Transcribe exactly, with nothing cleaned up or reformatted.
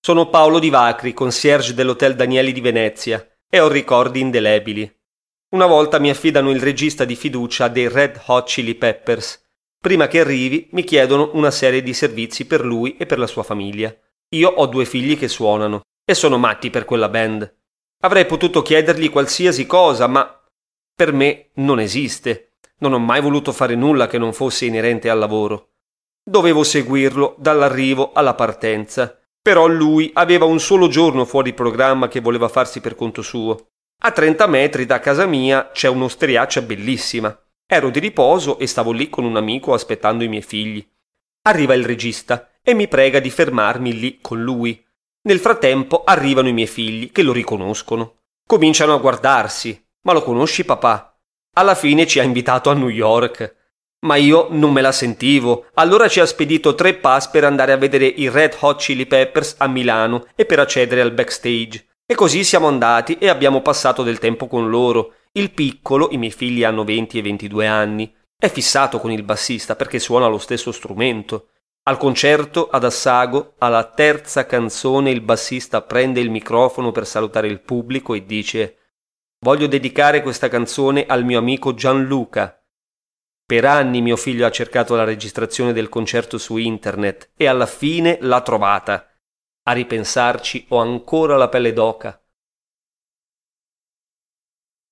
Sono Paolo Di Vacri, concierge dell'Hotel Danieli di Venezia, e ho ricordi indelebili. Una volta mi affidano il regista di fiducia dei Red Hot Chili Peppers. Prima che arrivi mi chiedono una serie di servizi per lui e per la sua famiglia. Io ho due figli che suonano e sono matti per quella band. Avrei potuto chiedergli qualsiasi cosa, ma per me non esiste. Non ho mai voluto fare nulla che non fosse inerente al lavoro. Dovevo seguirlo dall'arrivo alla partenza, però lui aveva un solo giorno fuori programma che voleva farsi per conto suo. A trenta metri da casa mia c'è un'ostriaccia bellissima. Ero di riposo e stavo lì con un amico aspettando i miei figli. Arriva il regista e mi prega di fermarmi lì con lui. Nel frattempo arrivano i miei figli, che lo riconoscono. Cominciano a guardarsi. «Ma lo conosci, papà?» Alla fine ci ha invitato a New York. Ma io non me la sentivo. Allora ci ha spedito tre pass per andare a vedere i Red Hot Chili Peppers a Milano e per accedere al backstage. E così siamo andati e abbiamo passato del tempo con loro. Il piccolo, i miei figli hanno venti e ventidue anni, è fissato con il bassista perché suona lo stesso strumento. Al concerto ad Assago, alla terza canzone, il bassista prende il microfono per salutare il pubblico e dice: «Voglio dedicare questa canzone al mio amico Gianluca». Per anni mio figlio ha cercato la registrazione del concerto su internet e alla fine l'ha trovata. A ripensarci ho ancora la pelle d'oca.